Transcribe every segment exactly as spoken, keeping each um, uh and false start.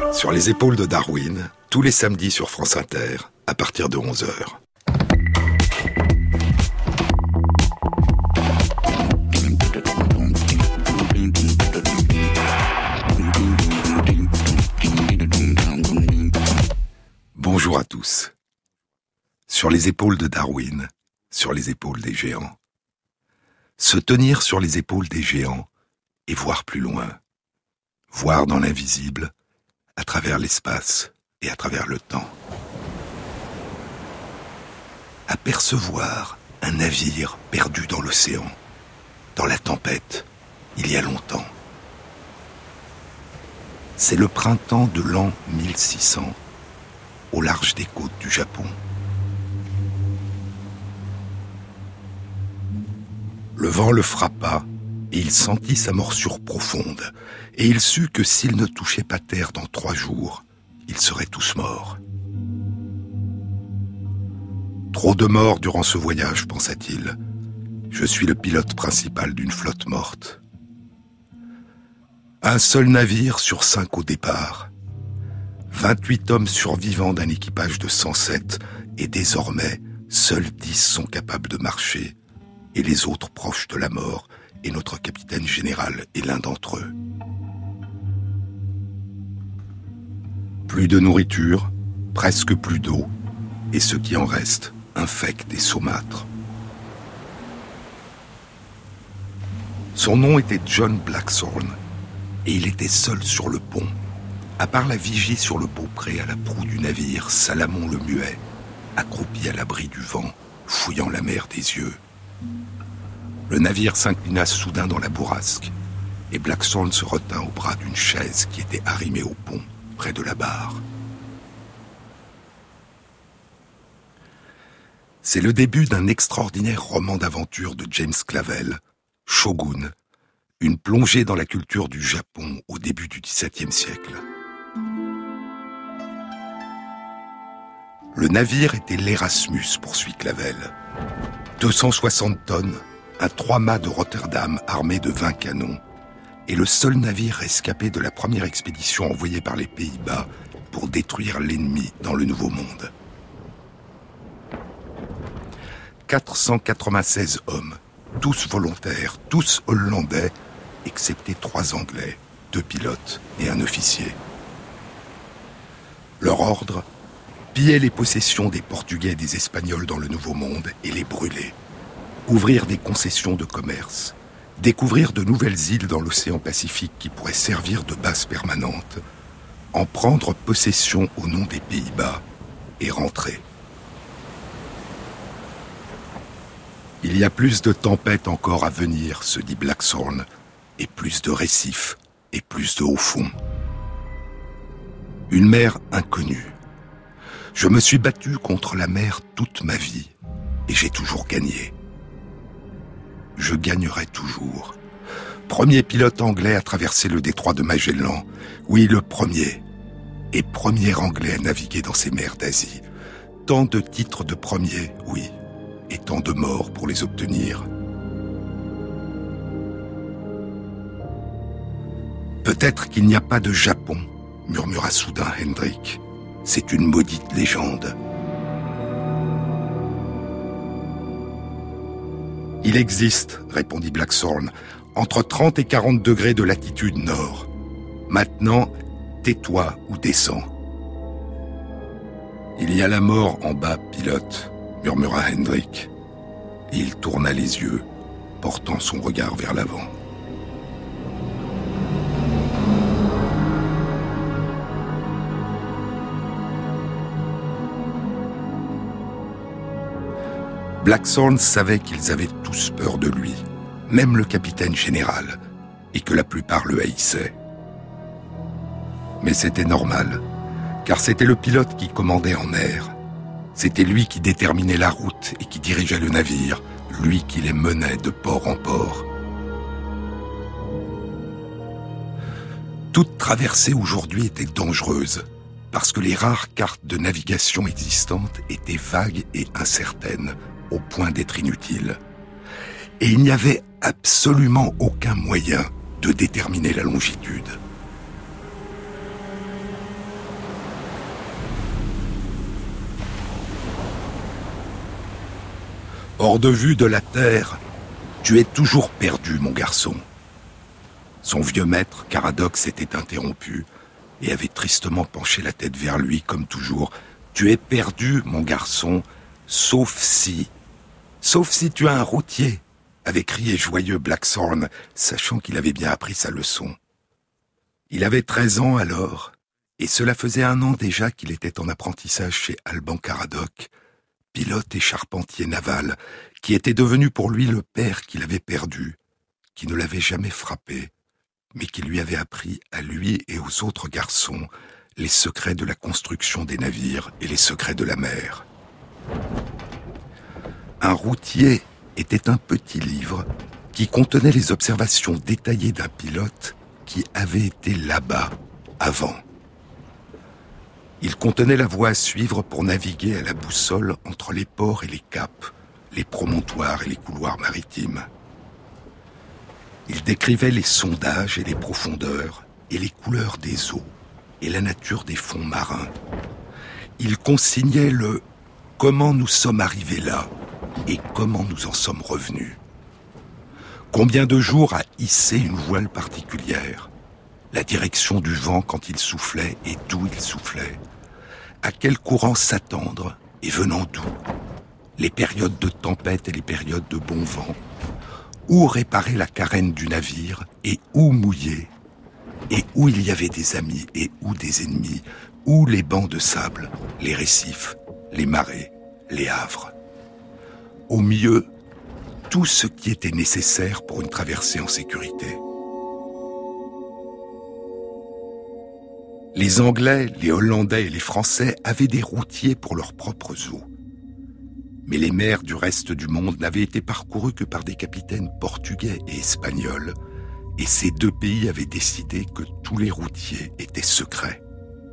Sur les épaules de Darwin, tous les samedis sur France Inter, à partir de onze heures. Bonjour à tous. Sur les épaules de Darwin, sur les épaules des géants. Se tenir sur les épaules des géants et voir plus loin. Voir dans l'invisible, à travers l'espace et à travers le temps. Apercevoir un navire perdu dans l'océan, dans la tempête, il y a longtemps. C'est le printemps de l'an mille six cents, au large des côtes du Japon. Le vent le frappa, et il sentit sa morsure profonde, et il sut que s'ils ne touchaient pas terre dans trois jours, ils seraient tous morts. Trop de morts durant ce voyage, pensa-t-il. Je suis le pilote principal d'une flotte morte. Un seul navire sur cinq au départ. vingt-huit hommes survivants d'un équipage de cent sept, et désormais, seuls dix sont capables de marcher, et les autres proches de la mort, et notre capitaine général est l'un d'entre eux. Plus de nourriture, presque plus d'eau, et ce qui en reste, infect et saumâtre. Son nom était John Blackthorne, et il était seul sur le pont, à part la vigie sur le beaupré à la proue du navire Salamon le Muet, accroupi à l'abri du vent, fouillant la mer des yeux. Le navire s'inclina soudain dans la bourrasque, et Blackthorne se retint au bras d'une chaise qui était arrimée au pont, près de la barre. C'est le début d'un extraordinaire roman d'aventure de James Clavell, Shogun, une plongée dans la culture du Japon au début du dix-septième siècle. Le navire était l'Erasmus, poursuit Clavell. deux cent soixante tonnes, un trois-mâts de Rotterdam armé de vingt canons, et le seul navire rescapé de la première expédition envoyée par les Pays-Bas pour détruire l'ennemi dans le Nouveau Monde. quatre cent quatre-vingt-seize hommes, tous volontaires, tous hollandais, excepté trois Anglais, deux pilotes et un officier. Leur ordre, piller les possessions des Portugais et des Espagnols dans le Nouveau Monde et les brûler. Ouvrir des concessions de commerce, découvrir de nouvelles îles dans l'océan Pacifique qui pourraient servir de base permanente, en prendre possession au nom des Pays-Bas et rentrer. Il y a plus de tempêtes encore à venir, se dit Blackthorne, et plus de récifs et plus de hauts fonds. Une mer inconnue. Je me suis battu contre la mer toute ma vie, et j'ai toujours gagné. Je gagnerai toujours. Premier pilote anglais à traverser le détroit de Magellan. Oui, le premier. Et premier anglais à naviguer dans ces mers d'Asie. Tant de titres de premier, oui. Et tant de morts pour les obtenir. Peut-être qu'il n'y a pas de Japon, murmura soudain Hendrik. C'est une maudite légende. Il existe, répondit Blackthorne, entre trente et quarante degrés de latitude nord. Maintenant, tais-toi ou descends. Il y a la mort en bas, pilote, murmura Hendrik. Et il tourna les yeux, portant son regard vers l'avant. Blackthorne savait qu'ils avaient tous peur de lui, même le capitaine général, et que la plupart le haïssaient. Mais c'était normal, car c'était le pilote qui commandait en mer. C'était lui qui déterminait la route et qui dirigeait le navire, lui qui les menait de port en port. Toute traversée aujourd'hui était dangereuse, parce que les rares cartes de navigation existantes étaient vagues et incertaines, au point d'être inutiles. Et il n'y avait absolument aucun moyen de déterminer la longitude. Hors de vue de la terre, tu es toujours perdu, mon garçon. Son vieux maître, Caradoc, s'était interrompu et avait tristement penché la tête vers lui, comme toujours. Tu es perdu, mon garçon, sauf si... Sauf si tu es un routier, avait crié joyeux Blackthorn, sachant qu'il avait bien appris sa leçon. Il avait treize ans alors, et cela faisait un an déjà qu'il était en apprentissage chez Alban Caradoc, pilote et charpentier naval, qui était devenu pour lui le père qu'il avait perdu, qui ne l'avait jamais frappé, mais qui lui avait appris à lui et aux autres garçons les secrets de la construction des navires et les secrets de la mer. Un routier était un petit livre qui contenait les observations détaillées d'un pilote qui avait été là-bas avant. Il contenait la voie à suivre pour naviguer à la boussole entre les ports et les caps, les promontoires et les couloirs maritimes. Il décrivait les sondages et les profondeurs, et les couleurs des eaux, et la nature des fonds marins. Il consignait le « comment nous sommes arrivés là » et comment nous en sommes revenus. Combien de jours a hissé une voile particulière, la direction du vent quand il soufflait et d'où il soufflait, à quel courant s'attendre et venant d'où, les périodes de tempête et les périodes de bon vent, où réparer la carène du navire et où mouiller, et où il y avait des amis et où des ennemis, où les bancs de sable, les récifs, les marais, les havres. Au mieux, tout ce qui était nécessaire pour une traversée en sécurité. Les Anglais, les Hollandais et les Français avaient des routiers pour leurs propres eaux. Mais les mers du reste du monde n'avaient été parcourues que par des capitaines portugais et espagnols, et ces deux pays avaient décidé que tous les routiers étaient secrets.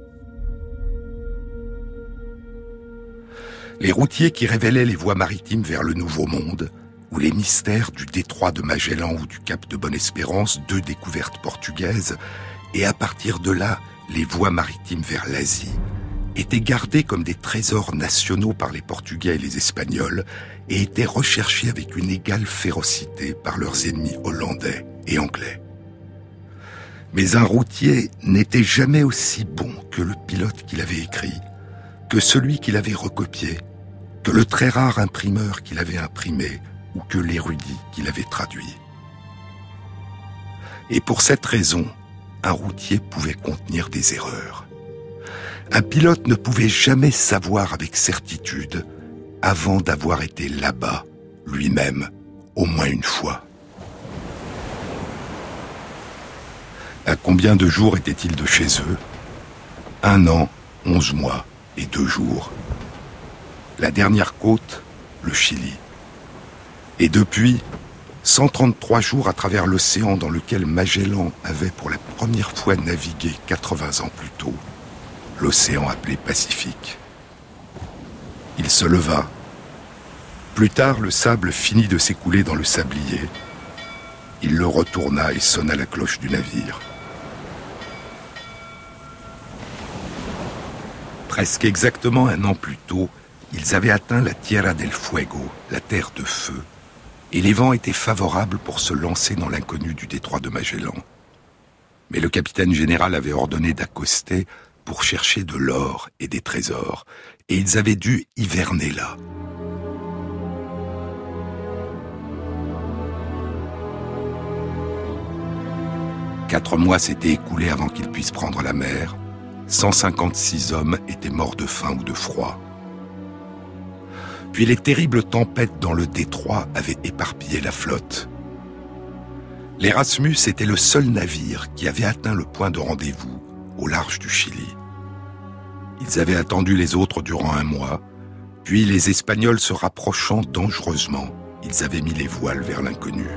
Les routiers qui révélaient les voies maritimes vers le Nouveau Monde, ou les mystères du détroit de Magellan ou du cap de Bonne-Espérance, deux découvertes portugaises, et à partir de là, les voies maritimes vers l'Asie, étaient gardés comme des trésors nationaux par les Portugais et les Espagnols et étaient recherchés avec une égale férocité par leurs ennemis hollandais et anglais. Mais un routier n'était jamais aussi bon que le pilote qu'il avait écrit, que celui qu'il avait recopié, que le très rare imprimeur qu'il avait imprimé ou que l'érudit qu'il avait traduit. Et pour cette raison, un routier pouvait contenir des erreurs. Un pilote ne pouvait jamais savoir avec certitude avant d'avoir été là-bas, lui-même, au moins une fois. À combien de jours étaient-ils de chez eux? Un an, onze mois et deux jours. La dernière côte, le Chili. Et depuis, cent trente-trois jours à travers l'océan dans lequel Magellan avait pour la première fois navigué quatre-vingts ans plus tôt, l'océan appelé Pacifique. Il se leva. Plus tard, le sable finit de s'écouler dans le sablier. Il le retourna et sonna la cloche du navire. Presque exactement un an plus tôt, ils avaient atteint la Tierra del Fuego, la terre de feu, et les vents étaient favorables pour se lancer dans l'inconnu du détroit de Magellan. Mais le capitaine général avait ordonné d'accoster pour chercher de l'or et des trésors, et ils avaient dû hiverner là. Quatre mois s'étaient écoulés avant qu'ils puissent prendre la mer. cent cinquante-six hommes étaient morts de faim ou de froid. Puis les terribles tempêtes dans le détroit avaient éparpillé la flotte. L'Erasmus était le seul navire qui avait atteint le point de rendez-vous au large du Chili. Ils avaient attendu les autres durant un mois, puis les Espagnols se rapprochant dangereusement, ils avaient mis les voiles vers l'inconnu.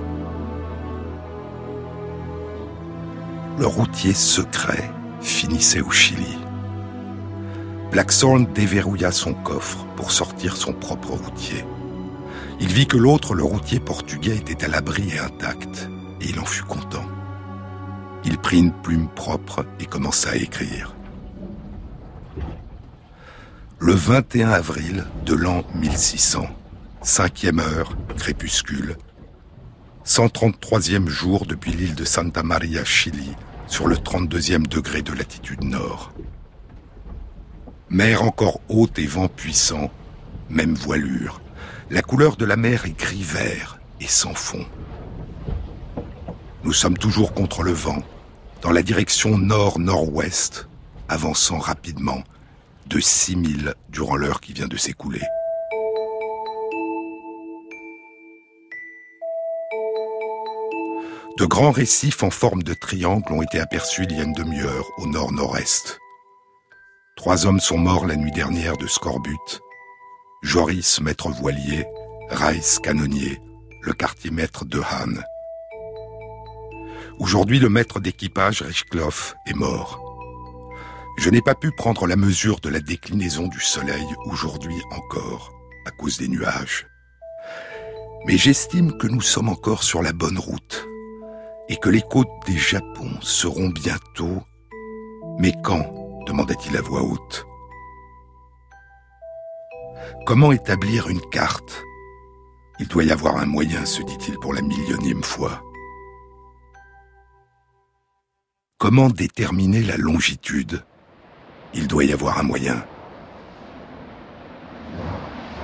Le routier secret finissait au Chili. Blackthorn déverrouilla son coffre pour sortir son propre routier. Il vit que l'autre, le routier portugais, était à l'abri et intact, et il en fut content. Il prit une plume propre et commença à écrire. Le vingt et un avril de l'an mille six cents, Cinquième heure, crépuscule. cent trente-troisième jour depuis l'île de Santa Maria, Chili, sur le trente-deuxième degré de latitude nord. Mer encore haute et vent puissant, même voilure. La couleur de la mer est gris-vert et sans fond. Nous sommes toujours contre le vent, dans la direction nord-nord-ouest, avançant rapidement, de six milles durant l'heure qui vient de s'écouler. De grands récifs en forme de triangle ont été aperçus il y a une demi-heure au nord-nord-est. Trois hommes sont morts la nuit dernière de scorbut. Joris, maître voilier, Rice, canonnier, le quartier-maître de Han. Aujourd'hui, le maître d'équipage, Richkloff, est mort. Je n'ai pas pu prendre la mesure de la déclinaison du soleil aujourd'hui encore, à cause des nuages. Mais j'estime que nous sommes encore sur la bonne route et que les côtes des Japon seront bientôt... Mais quand ? Demanda-t-il à voix haute. Comment établir une carte ? Il doit y avoir un moyen, se dit-il pour la millionième fois. Comment déterminer la longitude ? Il doit y avoir un moyen. Rotsforut !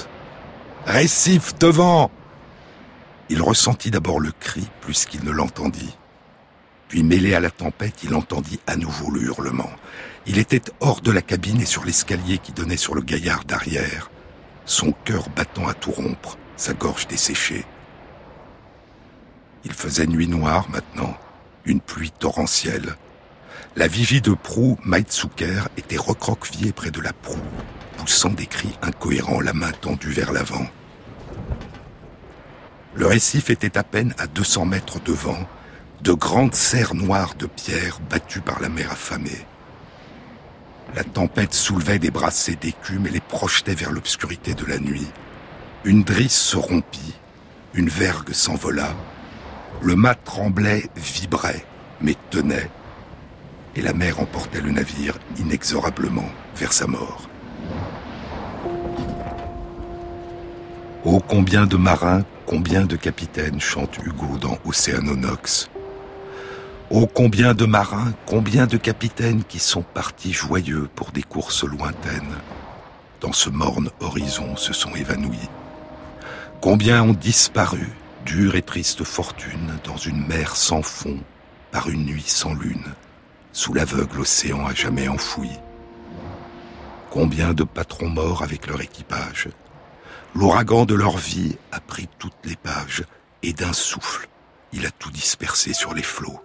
Récif devant ! Il ressentit d'abord le cri plus qu'il ne l'entendit. Puis, mêlé à la tempête, il entendit à nouveau le hurlement. Il était hors de la cabine et sur l'escalier qui donnait sur le gaillard d'arrière, son cœur battant à tout rompre, sa gorge desséchée. Il faisait nuit noire maintenant, une pluie torrentielle. La vigie de proue, Maitsuker, était recroquevillée près de la proue, poussant des cris incohérents, la main tendue vers l'avant. Le récif était à peine à deux cents mètres devant, de grandes serres noires de pierre battues par la mer affamée. La tempête soulevait des brassées d'écume et les projetait vers l'obscurité de la nuit. Une drisse se rompit, une vergue s'envola. Le mât tremblait, vibrait, mais tenait. Et la mer emportait le navire inexorablement vers sa mort. Oh, combien de marins, combien de capitaines, chante Hugo dans Océanonox. Oh, combien de marins, combien de capitaines qui sont partis joyeux pour des courses lointaines. Dans ce morne horizon se sont évanouis. Combien ont disparu, dure et triste fortune, dans une mer sans fond, par une nuit sans lune, sous l'aveugle océan à jamais enfoui. Combien de patrons morts avec leur équipage. L'ouragan de leur vie a pris toutes les pages, et d'un souffle, il a tout dispersé sur les flots.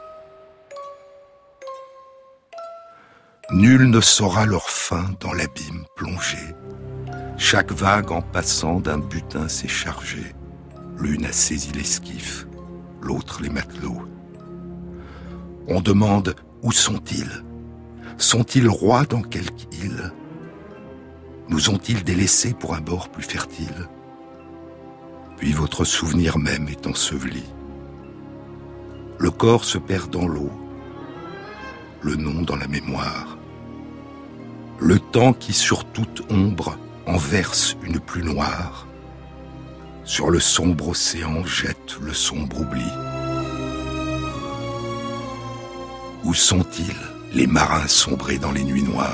Nul ne saura leur fin dans l'abîme plongé. Chaque vague en passant d'un butin s'est chargée. L'une a saisi l'esquif, l'autre les matelots. On demande où sont-ils ? Sont-ils rois dans quelque île ? Nous ont-ils délaissés pour un bord plus fertile ? Puis votre souvenir même est enseveli. Le corps se perd dans l'eau, le nom dans la mémoire. Le temps qui sur toute ombre en verse une pluie noire. Sur le sombre océan jette le sombre oubli. Où sont-ils, les marins sombrés dans les nuits noires ?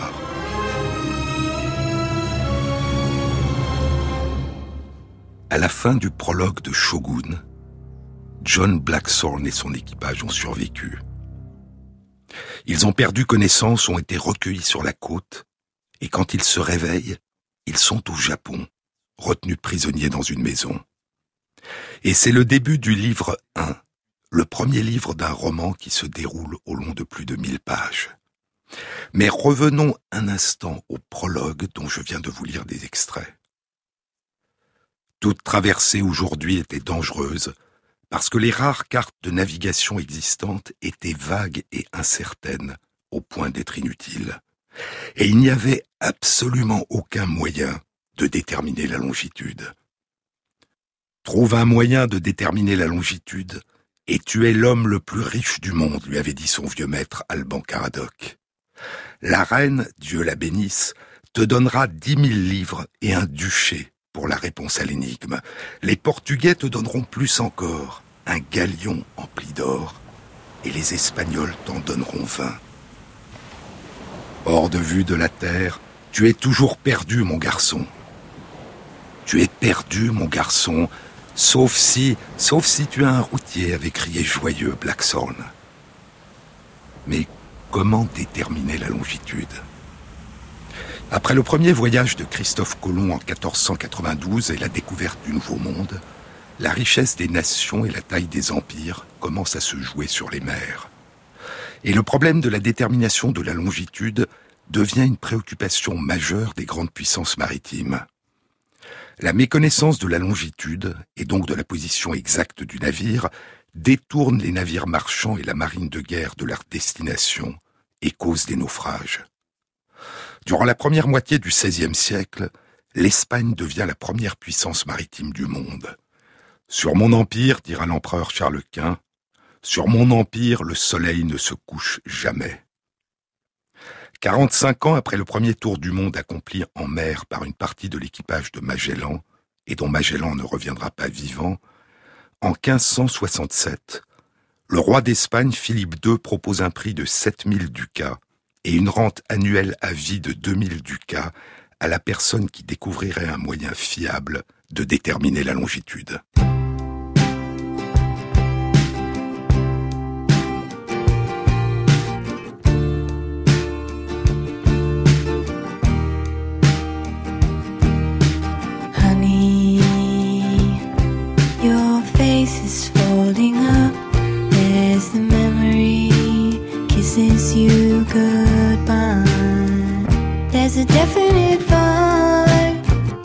À la fin du prologue de Shogun, John Blackthorne et son équipage ont survécu. Ils ont perdu connaissance, ont été recueillis sur la côte, et quand ils se réveillent, ils sont au Japon, retenus prisonniers dans une maison. Et c'est le début du livre un, le premier livre d'un roman qui se déroule au long de plus de mille pages. Mais revenons un instant au prologue dont je viens de vous lire des extraits. Toute traversée aujourd'hui était dangereuse, parce que les rares cartes de navigation existantes étaient vagues et incertaines, au point d'être inutiles. Et il n'y avait absolument aucun moyen de déterminer la longitude. Trouve un moyen de déterminer la longitude, et tu es l'homme le plus riche du monde, lui avait dit son vieux maître Alban Caradoc. La reine, Dieu la bénisse, te donnera dix mille livres et un duché pour la réponse à l'énigme. Les Portugais te donneront plus encore, un galion empli d'or, et les Espagnols t'en donneront vingt. Hors de vue de la terre, tu es toujours perdu, mon garçon. Tu es perdu, mon garçon, sauf si, sauf si tu as un routier, avait crié joyeux Blackthorn. Mais comment déterminer la longitude ? Après le premier voyage de Christophe Colomb en quatorze cent quatre-vingt-douze et la découverte du Nouveau Monde, la richesse des nations et la taille des empires commencent à se jouer sur les mers. Et le problème de la détermination de la longitude devient une préoccupation majeure des grandes puissances maritimes. La méconnaissance de la longitude, et donc de la position exacte du navire, détourne les navires marchands et la marine de guerre de leur destination et cause des naufrages. Durant la première moitié du seizième siècle, l'Espagne devient la première puissance maritime du monde. Sur mon empire, dira l'empereur Charles Quint, sur mon empire, le soleil ne se couche jamais. quarante-cinq ans après le premier tour du monde accompli en mer par une partie de l'équipage de Magellan, et dont Magellan ne reviendra pas vivant, en quinze cent soixante-sept, le roi d'Espagne, Philippe deux, propose un prix de sept mille ducats et une rente annuelle à vie de deux mille ducats à la personne qui découvrirait un moyen fiable de déterminer la longitude. Honey, your face is folding up. There's the memory kisses you goodbye. There's a definite vibe.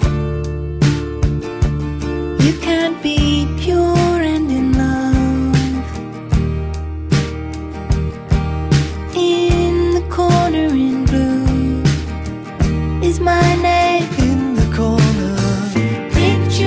You can't be pure and in love. In the corner in blue is my name. In the corner, picture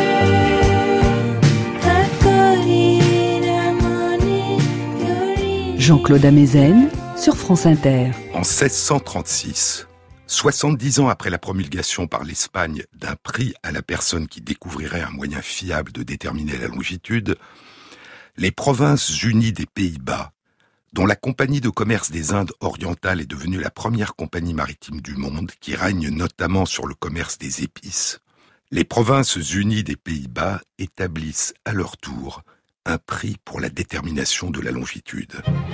I've got it, I'm on it, you're in. Jean-Claude Amezen sur France Inter. En seize cent trente-six, soixante-dix ans après la promulgation par l'Espagne d'un prix à la personne qui découvrirait un moyen fiable de déterminer la longitude, les Provinces unies des Pays-Bas, dont la Compagnie de commerce des Indes orientales est devenue la première compagnie maritime du monde, qui règne notamment sur le commerce des épices, les Provinces unies des Pays-Bas établissent à leur tour un prix pour la détermination de la longitude.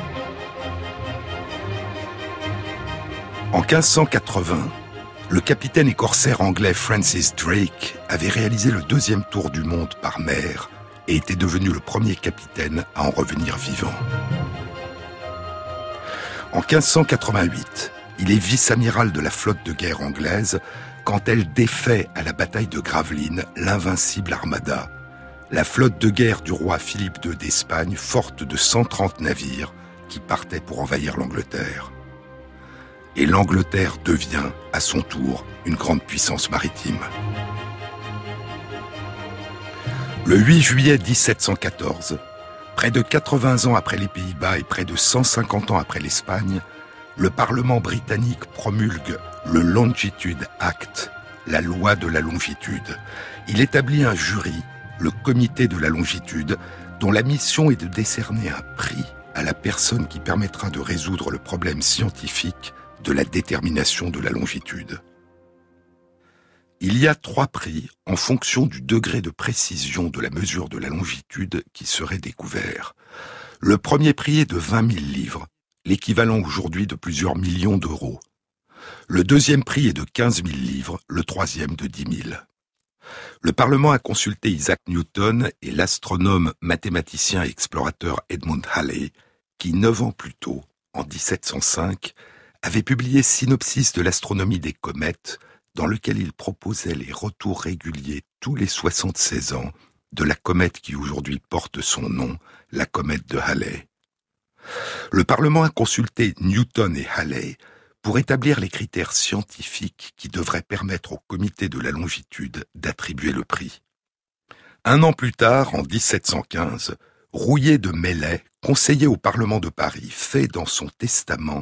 En quinze cent quatre-vingts, le capitaine et corsaire anglais Francis Drake avait réalisé le deuxième tour du monde par mer et était devenu le premier capitaine à en revenir vivant. En quinze cent quatre-vingt-huit, il est vice-amiral de la flotte de guerre anglaise quand elle défait à la bataille de Gravelines l'invincible Armada, la flotte de guerre du roi Philippe deux d'Espagne, forte de cent trente navires qui partaient pour envahir l'Angleterre. Et l'Angleterre devient, à son tour, une grande puissance maritime. Le huit juillet dix-sept cent quatorze, près de quatre-vingts ans après les Pays-Bas et près de cent cinquante ans après l'Espagne, le Parlement britannique promulgue le Longitude Act, la loi de la longitude. Il établit un jury, le Comité de la longitude, dont la mission est de décerner un prix à la personne qui permettra de résoudre le problème scientifique de la détermination de la longitude. Il y a trois prix en fonction du degré de précision de la mesure de la longitude qui serait découvert. Le premier prix est de vingt mille livres, l'équivalent aujourd'hui de plusieurs millions d'euros. Le deuxième prix est de quinze mille livres, le troisième de dix mille. Le Parlement a consulté Isaac Newton et l'astronome, mathématicien et explorateur Edmund Halley, qui, neuf ans plus tôt, en dix-sept cent cinq, avait publié Synopsis de l'astronomie des comètes, dans lequel il proposait les retours réguliers tous les soixante-seize ans de la comète qui aujourd'hui porte son nom, la comète de Halley. Le Parlement a consulté Newton et Halley pour établir les critères scientifiques qui devraient permettre au comité de la longitude d'attribuer le prix. Un an plus tard, en dix-sept cent quinze, Rouillé de Maillet, conseiller au Parlement de Paris, fait dans son testament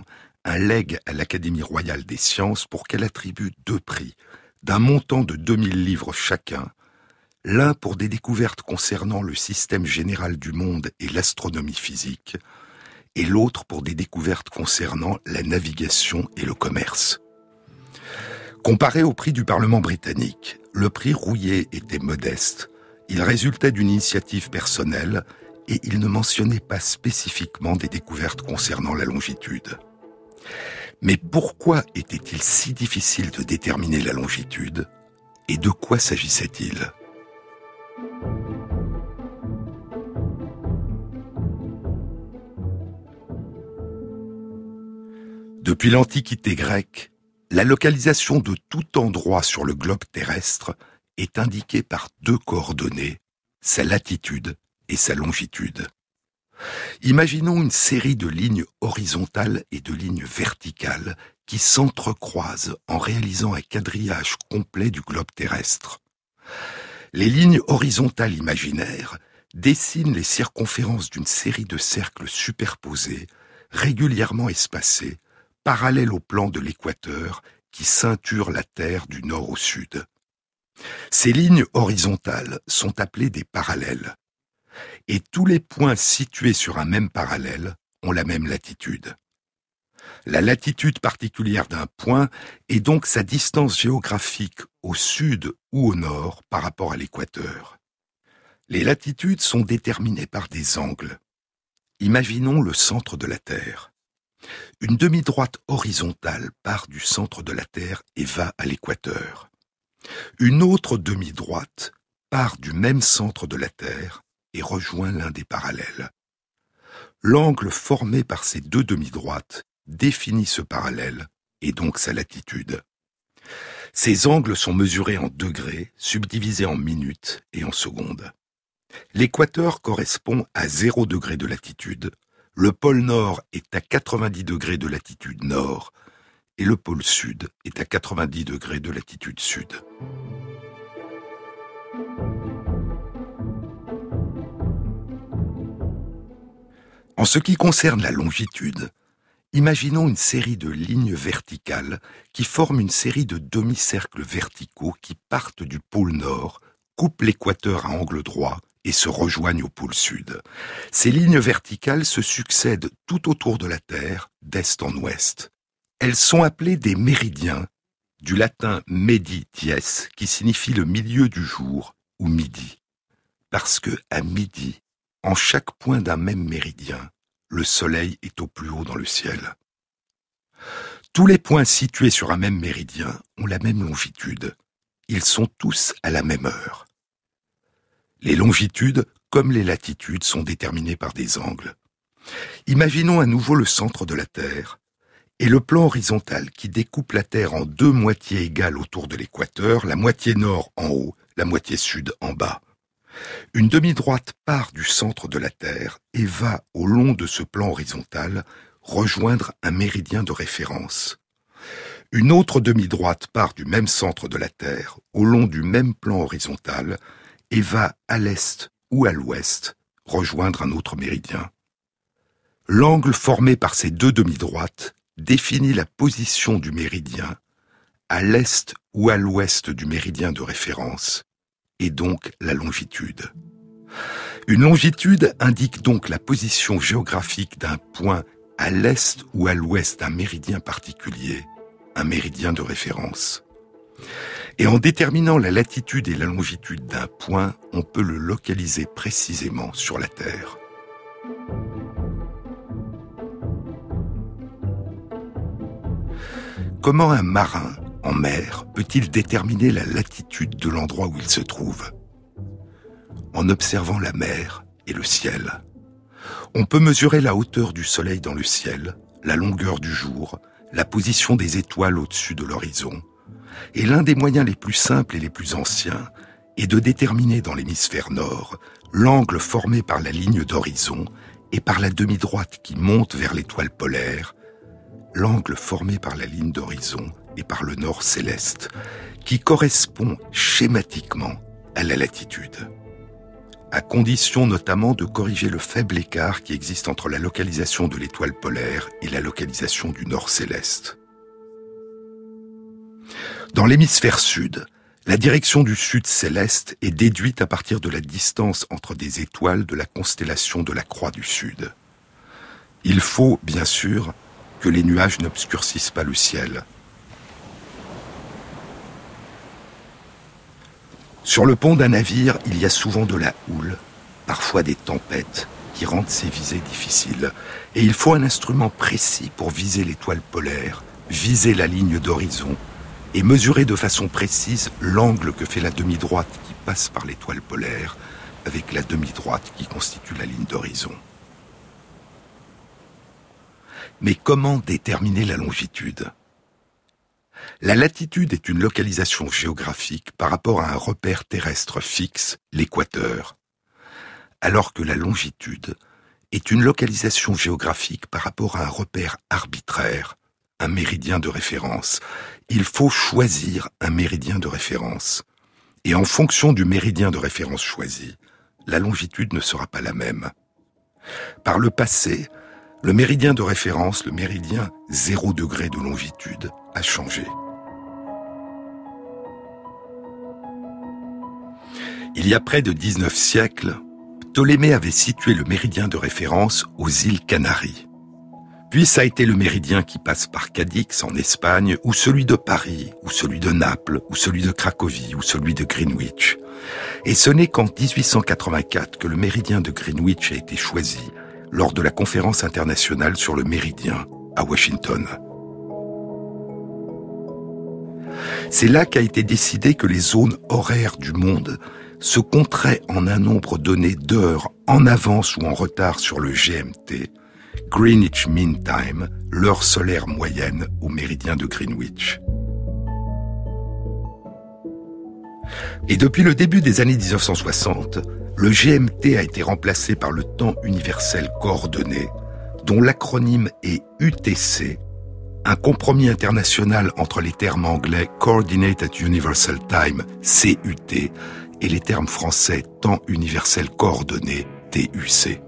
un legs à l'Académie royale des sciences pour qu'elle attribue deux prix, d'un montant de deux mille livres chacun, l'un pour des découvertes concernant le système général du monde et l'astronomie physique, et l'autre pour des découvertes concernant la navigation et le commerce. Comparé au prix du Parlement britannique, le prix Rouillet était modeste. Il résultait d'une initiative personnelle et il ne mentionnait pas spécifiquement des découvertes concernant la longitude. Mais pourquoi était-il si difficile de déterminer la longitude et de quoi s'agissait-il ? Depuis l'Antiquité grecque, la localisation de tout endroit sur le globe terrestre est indiquée par deux coordonnées, sa latitude et sa longitude. Imaginons une série de lignes horizontales et de lignes verticales qui s'entrecroisent en réalisant un quadrillage complet du globe terrestre. Les lignes horizontales imaginaires dessinent les circonférences d'une série de cercles superposés, régulièrement espacés, parallèles au plan de l'équateur qui ceinture la Terre du nord au sud. Ces lignes horizontales sont appelées des parallèles. Et tous les points situés sur un même parallèle ont la même latitude. La latitude particulière d'un point est donc sa distance géographique au sud ou au nord par rapport à l'équateur. Les latitudes sont déterminées par des angles. Imaginons le centre de la Terre. Une demi-droite horizontale part du centre de la Terre et va à l'équateur. Une autre demi-droite part du même centre de la Terre et rejoint l'un des parallèles. L'angle formé par ces deux demi-droites définit ce parallèle et donc sa latitude. Ces angles sont mesurés en degrés, subdivisés en minutes et en secondes. L'équateur correspond à zéro degré de latitude, le pôle Nord est à quatre-vingt-dix degrés de latitude nord et le pôle Sud est à quatre-vingt-dix degrés de latitude sud. En ce qui concerne la longitude, imaginons une série de lignes verticales qui forment une série de demi-cercles verticaux qui partent du pôle Nord, coupent l'équateur à angle droit et se rejoignent au pôle Sud. Ces lignes verticales se succèdent tout autour de la Terre, d'est en ouest. Elles sont appelées des méridiens, du latin medi dies, qui signifie le milieu du jour ou midi. Parce que, à midi, en chaque point d'un même méridien, le soleil est au plus haut dans le ciel. Tous les points situés sur un même méridien ont la même longitude. Ils sont tous à la même heure. Les longitudes, comme les latitudes, sont déterminées par des angles. Imaginons à nouveau le centre de la Terre et le plan horizontal qui découpe la Terre en deux moitiés égales autour de l'équateur, la moitié nord en haut, la moitié sud en bas. Une demi-droite part du centre de la Terre et va, au long de ce plan horizontal, rejoindre un méridien de référence. Une autre demi-droite part du même centre de la Terre, au long du même plan horizontal, et va à l'est ou à l'ouest rejoindre un autre méridien. L'angle formé par ces deux demi-droites définit la position du méridien à l'est ou à l'ouest du méridien de référence, et donc la longitude. Une longitude indique donc la position géographique d'un point à l'est ou à l'ouest d'un méridien particulier, un méridien de référence. Et en déterminant la latitude et la longitude d'un point, on peut le localiser précisément sur la Terre. Comment un marin en mer peut-il déterminer la latitude de l'endroit où il se trouve ? En observant la mer et le ciel. On peut mesurer la hauteur du soleil dans le ciel, la longueur du jour, la position des étoiles au-dessus de l'horizon. Et l'un des moyens les plus simples et les plus anciens est de déterminer dans l'hémisphère nord l'angle formé par la ligne d'horizon et par la demi-droite qui monte vers l'étoile polaire, l'angle formé par la ligne d'horizon et par le nord céleste, qui correspond schématiquement à la latitude. à condition notamment de corriger le faible écart qui existe entre la localisation de l'étoile polaire et la localisation du nord céleste. Dans l'hémisphère sud, la direction du sud céleste est déduite à partir de la distance entre des étoiles de la constellation de la Croix du Sud. Il faut, bien sûr, que les nuages n'obscurcissent pas le ciel. Sur le pont d'un navire, il y a souvent de la houle, parfois des tempêtes, qui rendent ces visées difficiles. Et il faut un instrument précis pour viser l'étoile polaire, viser la ligne d'horizon, et mesurer de façon précise l'angle que fait la demi-droite qui passe par l'étoile polaire, avec la demi-droite qui constitue la ligne d'horizon. Mais comment déterminer la longitude ? La latitude est une localisation géographique par rapport à un repère terrestre fixe, l'équateur, alors que la longitude est une localisation géographique par rapport à un repère arbitraire, un méridien de référence. Il faut choisir un méridien de référence. Et en fonction du méridien de référence choisi, la longitude ne sera pas la même. Par le passé, le méridien de référence, le méridien zéro degré de longitude, a changé. Il y a près de dix-neuf siècles, Ptolémée avait situé le méridien de référence aux îles Canaries. Puis ça a été le méridien qui passe par Cadix en Espagne, ou celui de Paris, ou celui de Naples, ou celui de Cracovie, ou celui de Greenwich. Et ce n'est qu'en dix-huit cent quatre-vingt-quatre que le méridien de Greenwich a été choisi lors de la conférence internationale sur le méridien à Washington. C'est là qu'a été décidé que les zones horaires du monde se compteraient en un nombre donné d'heures en avance ou en retard sur le G M T, Greenwich Mean Time, l'heure solaire moyenne au méridien de Greenwich. Et depuis le début des années dix-neuf cent soixante, le G M T a été remplacé par le temps universel coordonné, dont l'acronyme est U T C, un compromis international entre les termes anglais Coordinated Universal Time, C U T, et les termes français Temps universel coordonné, T U C.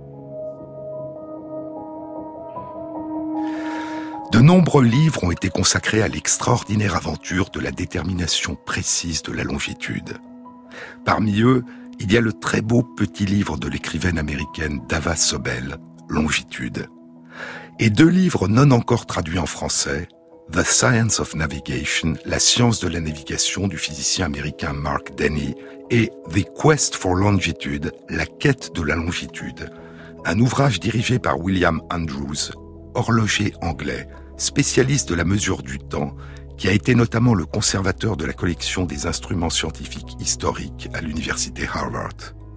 De nombreux livres ont été consacrés à l'extraordinaire aventure de la détermination précise de la longitude. Parmi eux, il y a le très beau petit livre de l'écrivaine américaine Dava Sobel, Longitude, et deux livres non encore traduits en français, The Science of Navigation, la science de la navigation du physicien américain Mark Denny, et The Quest for Longitude, la quête de la longitude, un ouvrage dirigé par William Andrews, horloger anglais, spécialiste de la mesure du temps, qui a été notamment le conservateur de la collection des instruments scientifiques historiques à l'université Harvard.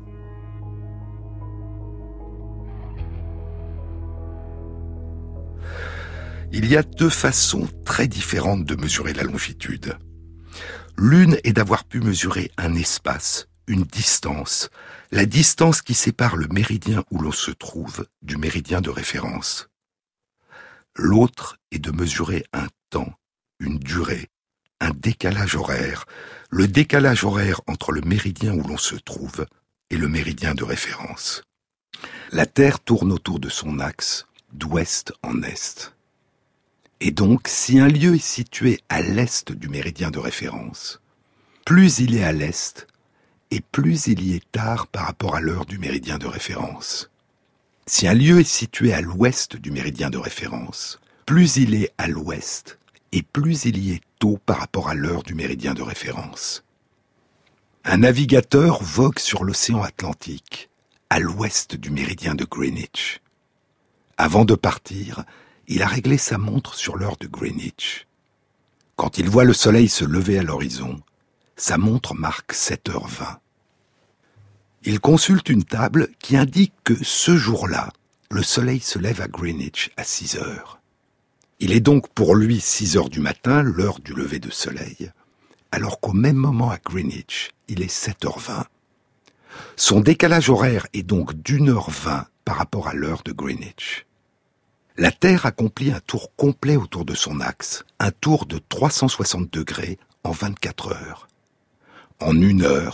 Il y a deux façons très différentes de mesurer la longitude. L'une est d'avoir pu mesurer un espace, une distance, la distance qui sépare le méridien où l'on se trouve du méridien de référence. L'autre est de mesurer un temps, une durée, un décalage horaire, le décalage horaire entre le méridien où l'on se trouve et le méridien de référence. La Terre tourne autour de son axe, d'ouest en est. Et donc, si un lieu est situé à l'est du méridien de référence, plus il est à l'est, et plus il y est tard par rapport à l'heure du méridien de référence. Si un lieu est situé à l'ouest du méridien de référence, plus il est à l'ouest, et plus il y est tôt par rapport à l'heure du méridien de référence. Un navigateur vogue sur l'océan Atlantique, à l'ouest du méridien de Greenwich. Avant de partir, il a réglé sa montre sur l'heure de Greenwich. Quand il voit le soleil se lever à l'horizon, sa montre marque sept heures vingt. Il consulte une table qui indique que ce jour-là, le soleil se lève à Greenwich à six heures. Il est donc pour lui six heures du matin, l'heure du lever de soleil, alors qu'au même moment à Greenwich, il est sept heures vingt. Son décalage horaire est donc d'une heure vingt par rapport à l'heure de Greenwich. La Terre accomplit un tour complet autour de son axe, un tour de trois cent soixante degrés en vingt-quatre heures. En une heure,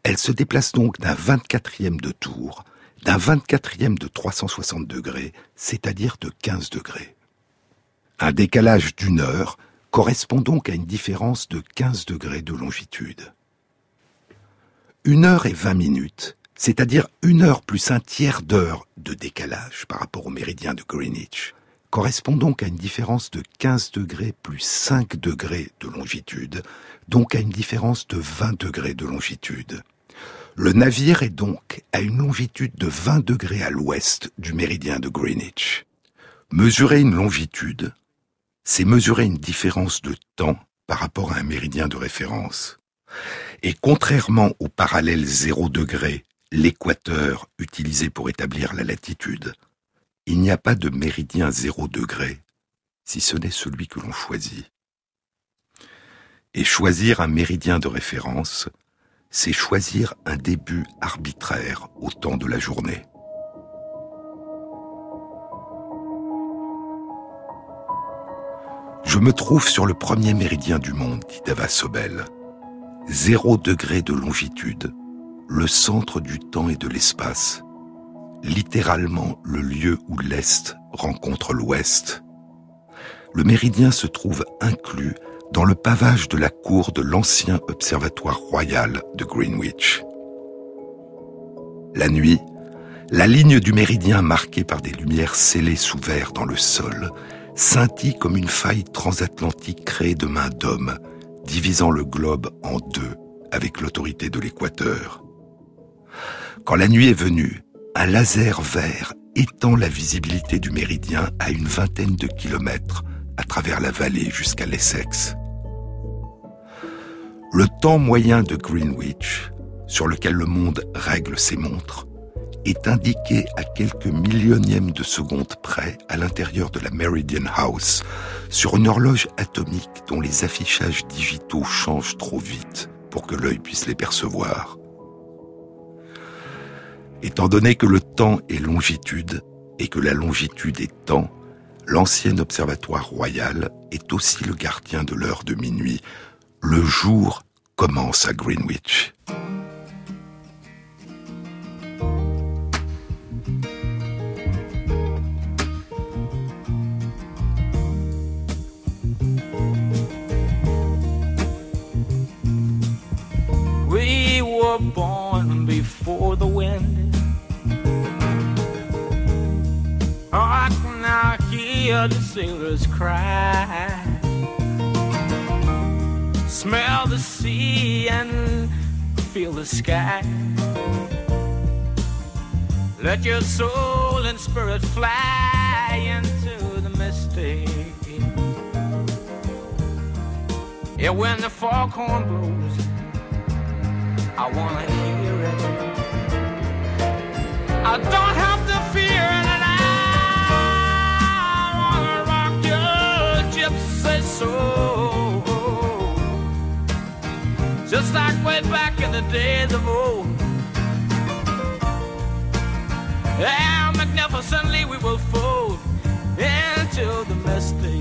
Elle se déplace donc d'un vingt-quatrième de tour, d'un vingt-quatrième de trois cent soixante degrés, c'est-à-dire de quinze degrés. Un décalage d'une heure correspond donc à une différence de quinze degrés de longitude. Une heure et vingt minutes, c'est-à-dire une heure plus un tiers d'heure de décalage par rapport au méridien de Greenwich, correspond donc à une différence de quinze degrés plus cinq degrés de longitude, donc à une différence de vingt degrés de longitude. Le navire est donc à une longitude de vingt degrés à l'ouest du méridien de Greenwich. Mesurer une longitude, c'est mesurer une différence de temps par rapport à un méridien de référence. Et contrairement au parallèle zéro degré, l'équateur utilisé pour établir la latitude, il n'y a pas de méridien zéro degré, si ce n'est celui que l'on choisit. Et choisir un méridien de référence, c'est choisir un début arbitraire au temps de la journée. Je me trouve sur le premier méridien du monde, dit Ava Sobel. Zéro degré de longitude, le centre du temps et de l'espace. Littéralement le lieu où l'Est rencontre l'Ouest. Le méridien se trouve inclus dans le pavage de la cour de l'ancien observatoire royal de Greenwich. La nuit, la ligne du méridien marquée par des lumières scellées sous verre dans le sol scintille comme une faille transatlantique créée de mains d'hommes, divisant le globe en deux avec l'autorité de l'équateur. Quand la nuit est venue, un laser vert étend la visibilité du méridien à une vingtaine de kilomètres à travers la vallée jusqu'à l'Essex. Le temps moyen de Greenwich, sur lequel le monde règle ses montres, est indiqué à quelques millionièmes de seconde près à l'intérieur de la Meridian House, sur une horloge atomique dont les affichages digitaux changent trop vite pour que l'œil puisse les percevoir. Étant donné que le temps est longitude et que la longitude est temps, l'ancien observatoire royal est aussi le gardien de l'heure de minuit. Le jour commence à Greenwich. We were born before the wind. I can now hear the sailors cry. Smell the sea and feel the sky. Let your soul and spirit fly into the mystic. Yeah, when the foghorn blows, I wanna hear it. I don't have to fear it, and I wanna rock your gypsy soul, just like way back in the days of old. Yeah, magnificently we will fold into the mystic.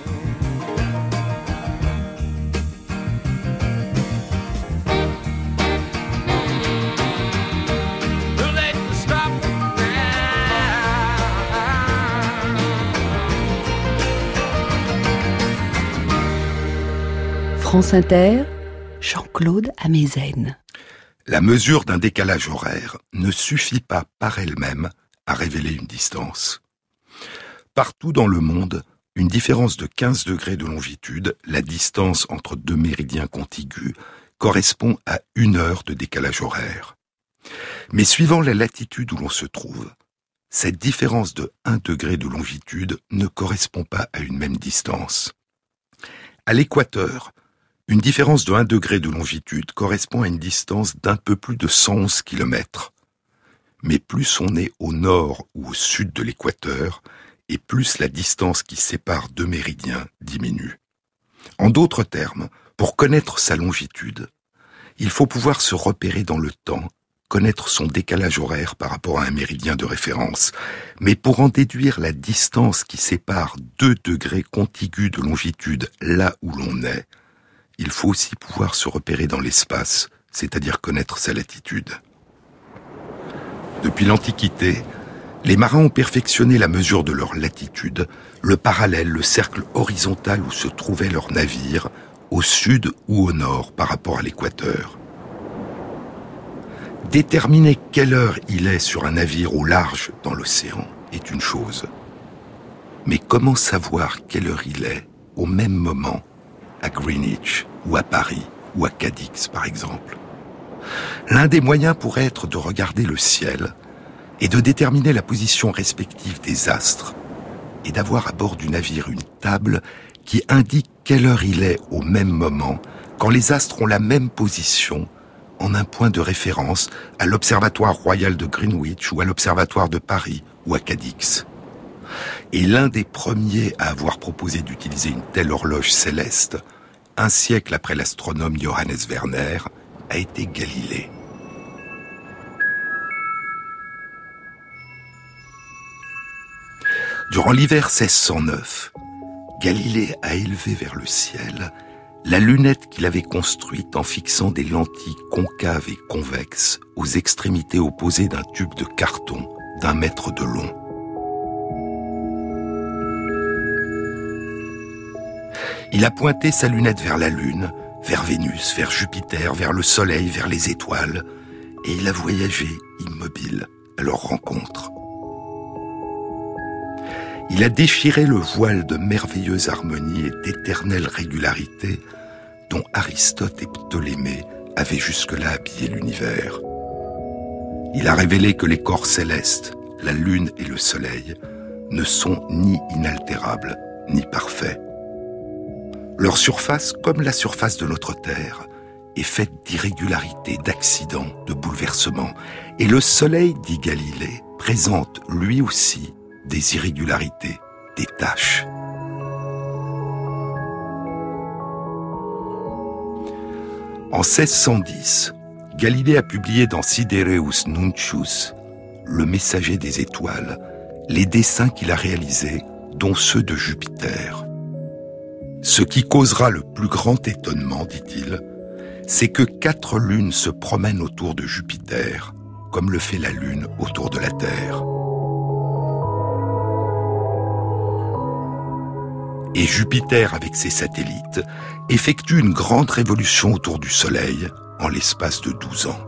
France Inter, Jean-Claude Amezen. La mesure d'un décalage horaire ne suffit pas par elle-même à révéler une distance. Partout dans le monde, une différence de quinze degrés de longitude, la distance entre deux méridiens contigus, correspond à une heure de décalage horaire. Mais suivant la latitude où l'on se trouve, cette différence de un degré de longitude ne correspond pas à une même distance. À l'équateur, une différence de un degré de longitude correspond à une distance d'un peu plus de cent onze kilomètres. Mais plus on est au nord ou au sud de l'équateur, et plus la distance qui sépare deux méridiens diminue. En d'autres termes, pour connaître sa longitude, il faut pouvoir se repérer dans le temps, connaître son décalage horaire par rapport à un méridien de référence. Mais pour en déduire la distance qui sépare deux degrés contigus de longitude là où l'on est, il faut aussi pouvoir se repérer dans l'espace, c'est-à-dire connaître sa latitude. Depuis l'Antiquité, les marins ont perfectionné la mesure de leur latitude, le parallèle, le cercle horizontal où se trouvait leur navire, au sud ou au nord par rapport à l'équateur. Déterminer quelle heure il est sur un navire au large dans l'océan est une chose. Mais comment savoir quelle heure il est au même moment à Greenwich ou à Paris ou à Cadix par exemple? L'un des moyens pourrait être de regarder le ciel et de déterminer la position respective des astres et d'avoir à bord du navire une table qui indique quelle heure il est au même moment quand les astres ont la même position en un point de référence à l'Observatoire royal de Greenwich ou à l'Observatoire de Paris ou à Cadix. Et l'un des premiers à avoir proposé d'utiliser une telle horloge céleste, un siècle après l'astronome Johannes Werner, a été Galilée. Durant l'hiver seize cent neuf, Galilée a élevé vers le ciel la lunette qu'il avait construite en fixant des lentilles concaves et convexes aux extrémités opposées d'un tube de carton d'un mètre de long. Il a pointé sa lunette vers la Lune, vers Vénus, vers Jupiter, vers le Soleil, vers les étoiles, et il a voyagé immobile à leur rencontre. Il a déchiré le voile de merveilleuse harmonie et d'éternelle régularité dont Aristote et Ptolémée avaient jusque-là habillé l'univers. Il a révélé que les corps célestes, la Lune et le Soleil, ne sont ni inaltérables, ni parfaits. Leur surface, comme la surface de notre Terre, est faite d'irrégularités, d'accidents, de bouleversements. Et le Soleil, dit Galilée, présente lui aussi des irrégularités, des taches. En seize cent dix, Galilée a publié dans Sidereus Nuncius, le messager des étoiles, les dessins qu'il a réalisés, dont ceux de Jupiter. Ce qui causera le plus grand étonnement, dit-il, c'est que quatre lunes se promènent autour de Jupiter, comme le fait la Lune autour de la Terre. Et Jupiter, avec ses satellites, effectue une grande révolution autour du Soleil en l'espace de douze ans.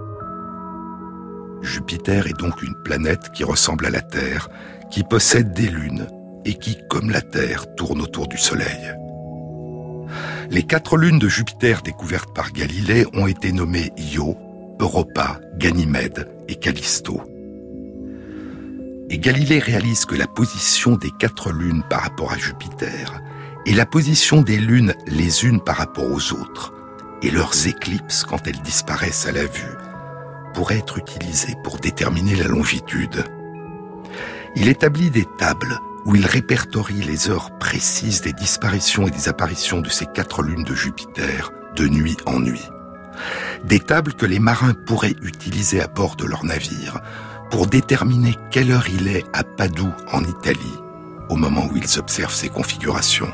Jupiter est donc une planète qui ressemble à la Terre, qui possède des lunes et qui, comme la Terre, tourne autour du Soleil. Les quatre lunes de Jupiter découvertes par Galilée ont été nommées Io, Europa, Ganymède et Callisto. Et Galilée réalise que la position des quatre lunes par rapport à Jupiter et la position des lunes les unes par rapport aux autres et leurs éclipses quand elles disparaissent à la vue pourraient être utilisées pour déterminer la longitude. Il établit des tables où il répertorie les heures précises des disparitions et des apparitions de ces quatre lunes de Jupiter de nuit en nuit. Des tables que les marins pourraient utiliser à bord de leur navire pour déterminer quelle heure il est à Padoue, en Italie, au moment où ils observent ces configurations.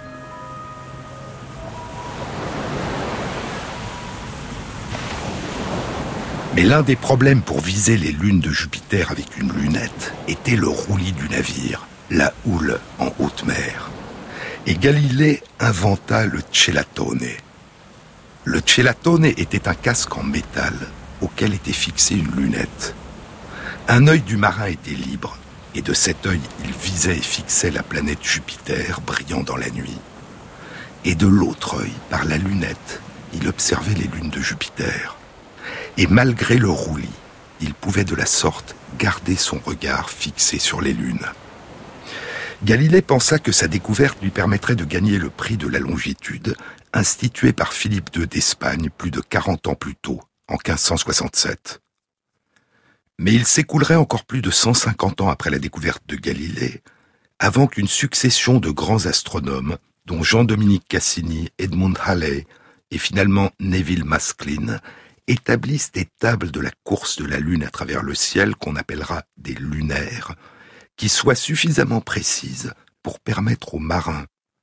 Mais l'un des problèmes pour viser les lunes de Jupiter avec une lunette était le roulis du navire, la houle en haute mer. Et Galilée inventa le celatone. Le celatone était un casque en métal auquel était fixée une lunette. Un œil du marin était libre, et de cet œil, il visait et fixait la planète Jupiter brillant dans la nuit. Et de l'autre œil, par la lunette, il observait les lunes de Jupiter. Et malgré le roulis, il pouvait de la sorte garder son regard fixé sur les lunes. Galilée pensa que sa découverte lui permettrait de gagner le prix de la longitude, institué par Philippe deux d'Espagne plus de quarante ans plus tôt, en quinze cent soixante-sept. Mais il s'écoulerait encore plus de cent cinquante ans après la découverte de Galilée, avant qu'une succession de grands astronomes, dont Jean-Dominique Cassini, Edmund Halley et finalement Nevil Maskelyne, établissent des tables de la course de la Lune à travers le ciel qu'on appellera des lunaires, qui soient suffisamment précises pour permettre aux marins,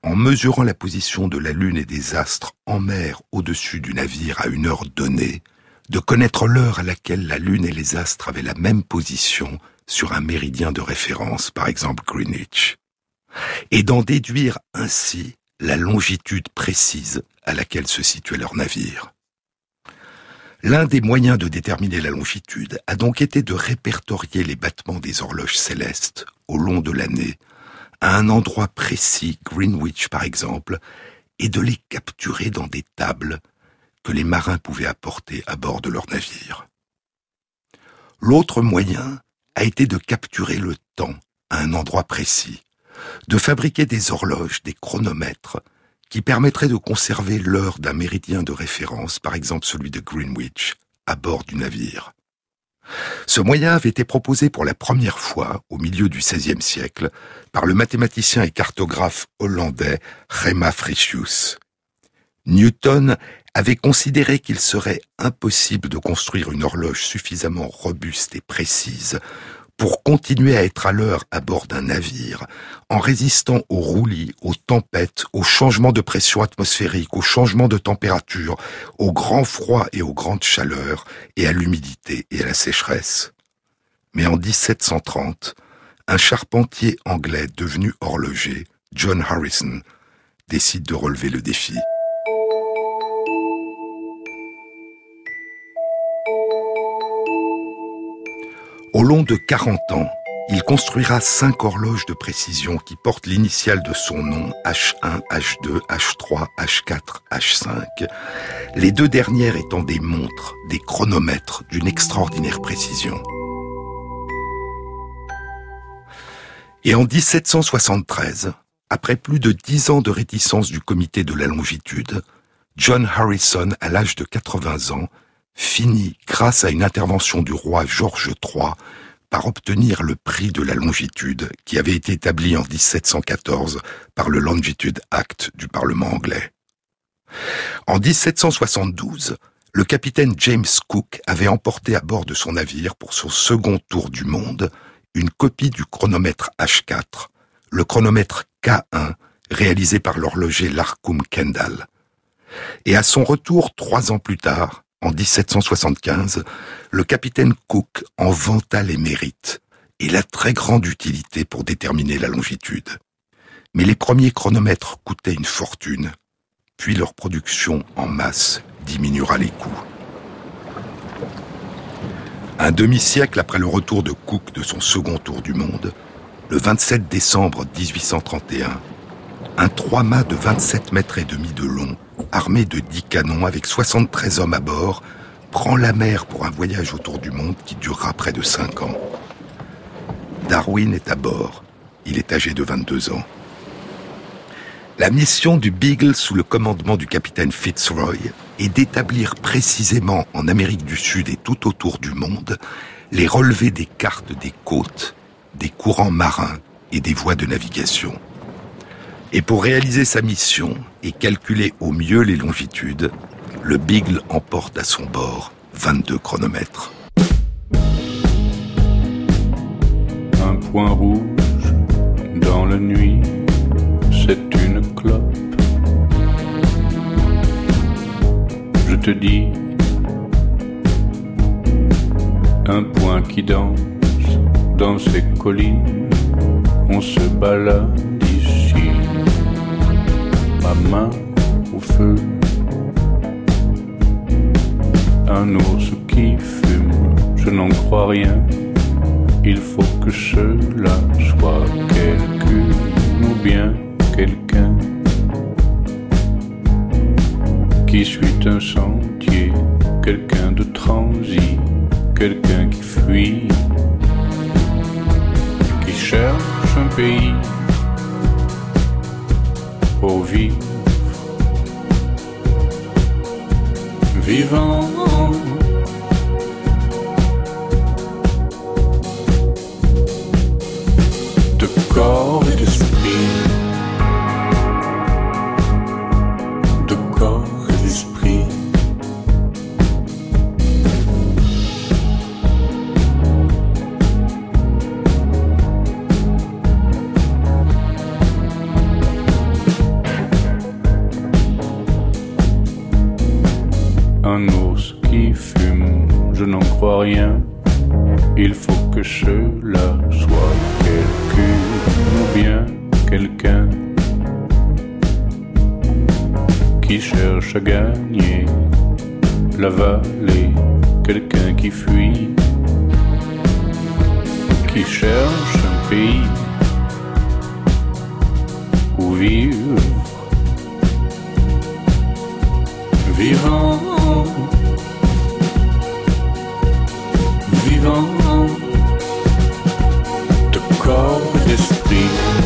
en mesurant la position de la Lune et des astres en mer au-dessus du navire à une heure donnée, de connaître l'heure à laquelle la Lune et les astres avaient la même position sur un méridien de référence, par exemple Greenwich, et d'en déduire ainsi la longitude précise à laquelle se situait leur navire. L'un des moyens de déterminer la longitude a donc été de répertorier les battements des horloges célestes au long de l'année, à un endroit précis, Greenwich par exemple, et de les capturer dans des tables que les marins pouvaient apporter à bord de leur navire. L'autre moyen a été de capturer le temps à un endroit précis, de fabriquer des horloges, des chronomètres, qui permettraient de conserver l'heure d'un méridien de référence, par exemple celui de Greenwich, à bord du navire. Ce moyen avait été proposé pour la première fois, au milieu du seizième siècle, par le mathématicien et cartographe hollandais Rema Frisius. Newton avait considéré qu'il serait impossible de construire une horloge suffisamment robuste et précise pour continuer à être à l'heure à bord d'un navire, en résistant aux roulis, aux tempêtes, aux changements de pression atmosphérique, aux changements de température, au grand froid et aux grandes chaleurs, et à l'humidité et à la sécheresse. Mais en dix-sept cent trente, un charpentier anglais devenu horloger, John Harrison, décide de relever le défi. Au long de quarante ans, il construira cinq horloges de précision qui portent l'initiale de son nom, H un, H deux, H trois, H quatre, H cinq, les deux dernières étant des montres, des chronomètres d'une extraordinaire précision. Et en dix-sept cent soixante-treize, après plus de dix ans de réticence du comité de la longitude, John Harrison, à l'âge de quatre-vingts ans, finit, grâce à une intervention du roi George trois, par obtenir le prix de la longitude qui avait été établi en dix-sept cent quatorze par le Longitude Act du Parlement anglais. En dix-sept cent soixante-douze, le capitaine James Cook avait emporté à bord de son navire pour son second tour du monde une copie du chronomètre H quatre, le chronomètre K un réalisé par l'horloger Larcum Kendall. Et à son retour trois ans plus tard, en dix-sept cent soixante-quinze, le capitaine Cook en vanta les mérites et la très grande utilité pour déterminer la longitude. Mais les premiers chronomètres coûtaient une fortune, puis leur production en masse diminuera les coûts. Un demi-siècle après le retour de Cook de son second tour du monde, le vingt-sept décembre dix-huit cent trente et un, un trois-mâts de vingt-sept mètres et demi de long, armé de dix canons avec soixante-treize hommes à bord, prend la mer pour un voyage autour du monde qui durera près de cinq ans. Darwin est à bord. Il est âgé de vingt-deux ans. La mission du Beagle sous le commandement du capitaine Fitzroy est d'établir précisément en Amérique du Sud et tout autour du monde les relevés des cartes des côtes, des courants marins et des voies de navigation. Et pour réaliser sa mission et calculer au mieux les longitudes, le Beagle emporte à son bord vingt-deux chronomètres. Un point rouge dans la nuit, c'est une clope. Je te dis, un point qui danse dans ces collines, on se balade ici. Ma main au feu, un ours qui fume, je n'en crois rien. Il faut que cela soit quelqu'un ou bien quelqu'un qui suit un sentier, quelqu'un de transi, quelqu'un qui fuit, qui cherche un pays pour vivre, vivant. De corps et d'esprit, de corps et d'esprit. un ours qui fume, je n'en crois rien. Il faut que cela soit quelqu'un ou bien quelqu'un qui cherche à gagner la vallée, quelqu'un qui fuit, qui cherche un pays où vivre, vivant, vivant de corps et d'esprit.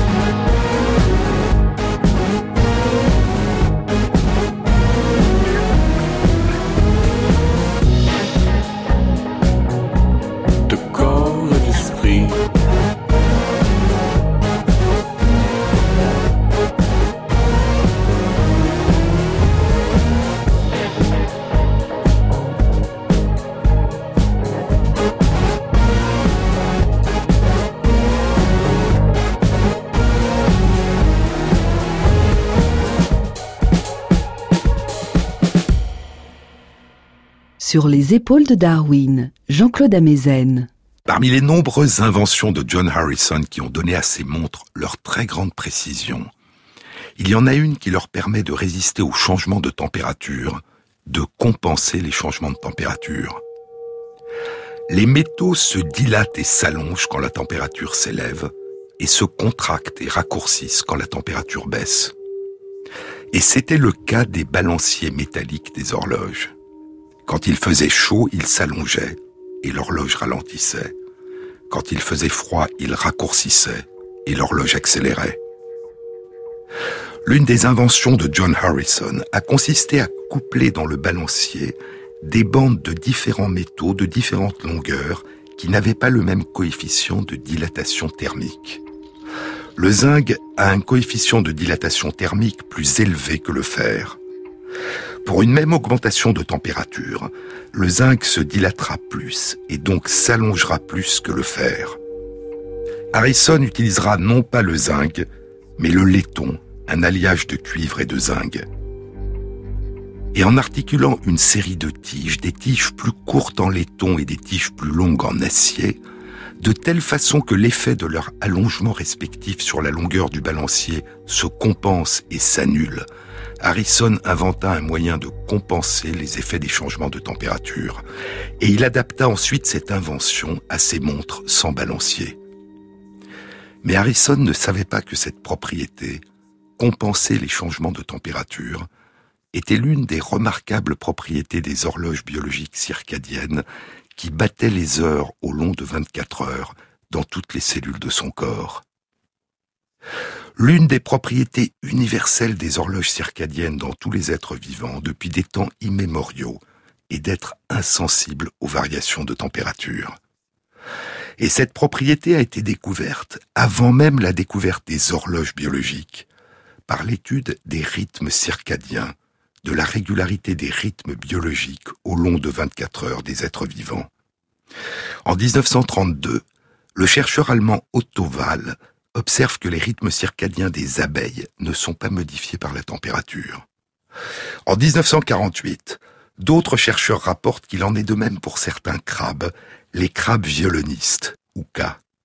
Sur les épaules de Darwin, Jean-Claude Amezen. Parmi les nombreuses inventions de John Harrison qui ont donné à ces montres leur très grande précision, il y en a une qui leur permet de résister aux changements de température, de compenser les changements de température. Les métaux se dilatent et s'allongent quand la température s'élève et se contractent et raccourcissent quand la température baisse. Et c'était le cas des balanciers métalliques des horloges. Quand il faisait chaud, il s'allongeait et l'horloge ralentissait. Quand il faisait froid, il raccourcissait et l'horloge accélérait. L'une des inventions de John Harrison a consisté à coupler dans le balancier des bandes de différents métaux de différentes longueurs qui n'avaient pas le même coefficient de dilatation thermique. Le zinc a un coefficient de dilatation thermique plus élevé que le fer. Pour une même augmentation de température, le zinc se dilatera plus et donc s'allongera plus que le fer. Harrison utilisera non pas le zinc, mais le laiton, un alliage de cuivre et de zinc. Et en articulant une série de tiges, des tiges plus courtes en laiton et des tiges plus longues en acier, de telle façon que l'effet de leur allongement respectif sur la longueur du balancier se compense et s'annule, Harrison inventa un moyen de compenser les effets des changements de température, et il adapta ensuite cette invention à ses montres sans balancier. Mais Harrison ne savait pas que cette propriété, compenser les changements de température, était l'une des remarquables propriétés des horloges biologiques circadiennes qui battaient les heures au long de vingt-quatre heures dans toutes les cellules de son corps. L'une des propriétés universelles des horloges circadiennes dans tous les êtres vivants depuis des temps immémoriaux est d'être insensible aux variations de température. Et cette propriété a été découverte avant même la découverte des horloges biologiques par l'étude des rythmes circadiens, de la régularité des rythmes biologiques au long de vingt-quatre heures des êtres vivants. En dix-neuf cent trente-deux, le chercheur allemand Otto Wahl observe que les rythmes circadiens des abeilles ne sont pas modifiés par la température. En dix-neuf cent quarante-huit, d'autres chercheurs rapportent qu'il en est de même pour certains crabes, les crabes violonistes, ou K.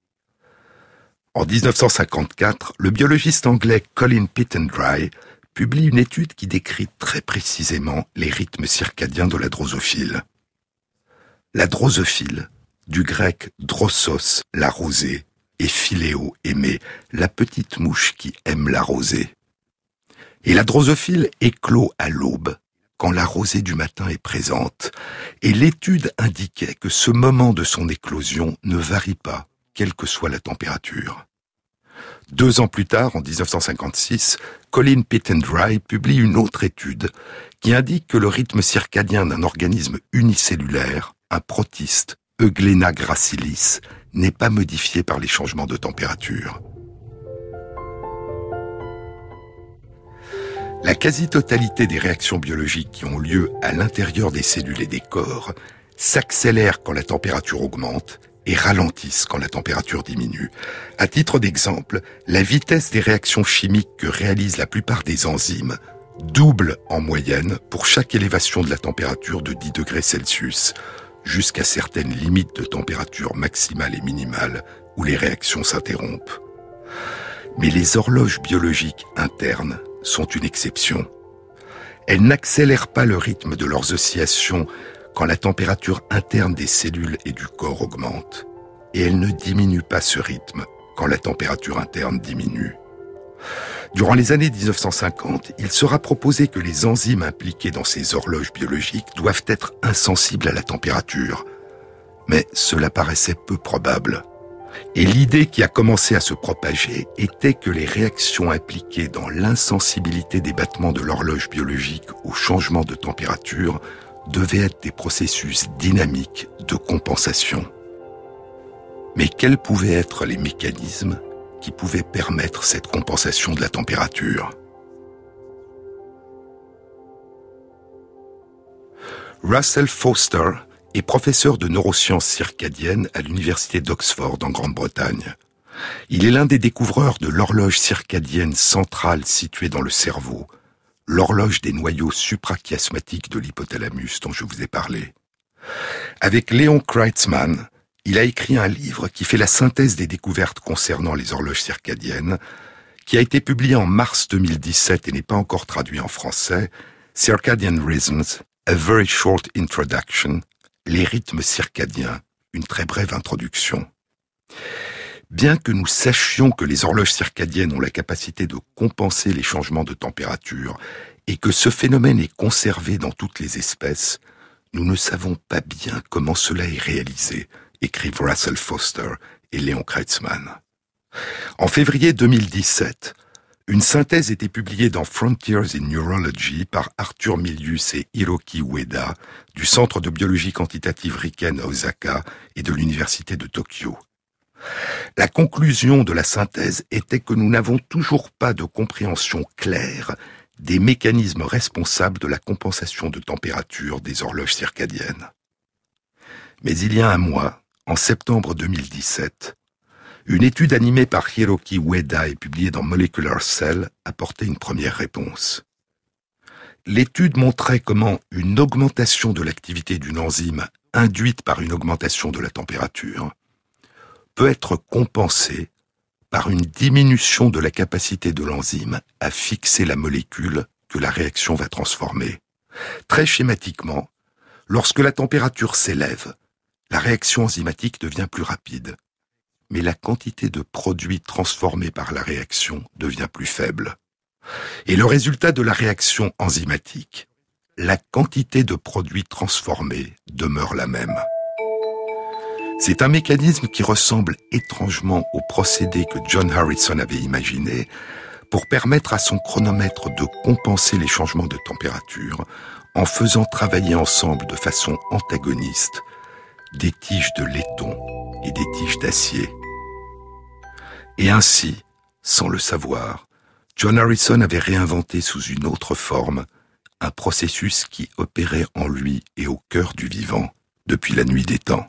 En dix-neuf cent cinquante-quatre, le biologiste anglais Colin Pittendry publie une étude qui décrit très précisément les rythmes circadiens de la drosophile. La drosophile, du grec drossos, la rosée, et philéo, aimer, la petite mouche qui aime la rosée. Et la drosophile éclot à l'aube, quand la rosée du matin est présente, et l'étude indiquait que ce moment de son éclosion ne varie pas, quelle que soit la température. Deux ans plus tard, en dix-neuf cent cinquante-six, Colin Pittendry publie une autre étude qui indique que le rythme circadien d'un organisme unicellulaire, un protiste, Euglena gracilis, n'est pas modifié par les changements de température. La quasi-totalité des réactions biologiques qui ont lieu à l'intérieur des cellules et des corps s'accélèrent quand la température augmente et ralentissent quand la température diminue. À titre d'exemple, la vitesse des réactions chimiques que réalisent la plupart des enzymes double en moyenne pour chaque élévation de la température de dix degrés Celsius, jusqu'à certaines limites de température maximale et minimale où les réactions s'interrompent. Mais les horloges biologiques internes sont une exception. Elles n'accélèrent pas le rythme de leurs oscillations quand la température interne des cellules et du corps augmente, et elles ne diminuent pas ce rythme quand la température interne diminue. Durant les années dix-neuf cent cinquante, il sera proposé que les enzymes impliquées dans ces horloges biologiques doivent être insensibles à la température. Mais cela paraissait peu probable. Et l'idée qui a commencé à se propager était que les réactions impliquées dans l'insensibilité des battements de l'horloge biologique au changement de température devaient être des processus dynamiques de compensation. Mais quels pouvaient être les mécanismes qui pouvaient permettre cette compensation de la température? Russell Foster est professeur de neurosciences circadiennes à l'université d'Oxford en Grande-Bretagne. Il est l'un des découvreurs de l'horloge circadienne centrale située dans le cerveau, l'horloge des noyaux suprachiasmatiques de l'hypothalamus dont je vous ai parlé. Avec Léon Kreitzmann, il a écrit un livre qui fait la synthèse des découvertes concernant les horloges circadiennes, qui a été publié en mars deux mille dix-sept et n'est pas encore traduit en français, Circadian Rhythms, A Very Short Introduction, les rythmes circadiens, une très brève introduction. Bien que nous sachions que les horloges circadiennes ont la capacité de compenser les changements de température et que ce phénomène est conservé dans toutes les espèces, nous ne savons pas bien comment cela est réalisé, écrivent Russell Foster et Léon Kreitzmann. En février deux mille dix-sept, une synthèse était publiée dans Frontiers in Neurology par Arthur Milius et Hiroki Ueda du Centre de biologie quantitative Riken à Osaka et de l'Université de Tokyo. La conclusion de la synthèse était que nous n'avons toujours pas de compréhension claire des mécanismes responsables de la compensation de température des horloges circadiennes. Mais il y a un mois, en septembre deux mille dix-sept, une étude animée par Hiroki Ueda et publiée dans Molecular Cell apportait une première réponse. L'étude montrait comment une augmentation de l'activité d'une enzyme induite par une augmentation de la température peut être compensée par une diminution de la capacité de l'enzyme à fixer la molécule que la réaction va transformer. Très schématiquement, lorsque la température s'élève, la réaction enzymatique devient plus rapide, mais la quantité de produits transformés par la réaction devient plus faible. Et le résultat de la réaction enzymatique, la quantité de produits transformés demeure la même. C'est un mécanisme qui ressemble étrangement au procédé que John Harrison avait imaginé pour permettre à son chronomètre de compenser les changements de température en faisant travailler ensemble de façon antagoniste des tiges de laiton et des tiges d'acier. Et ainsi, sans le savoir, John Harrison avait réinventé sous une autre forme un processus qui opérait en lui et au cœur du vivant depuis la nuit des temps.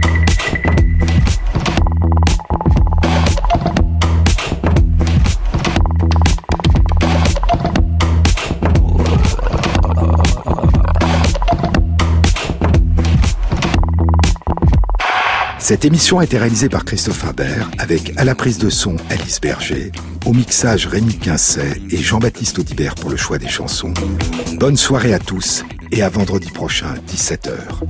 Cette émission a été réalisée par Christophe Imbert, avec à la prise de son Alice Berger, au mixage Rémi Quincet et Jean-Baptiste Audibert pour le choix des chansons. Bonne soirée à tous et à vendredi prochain, dix-sept heures.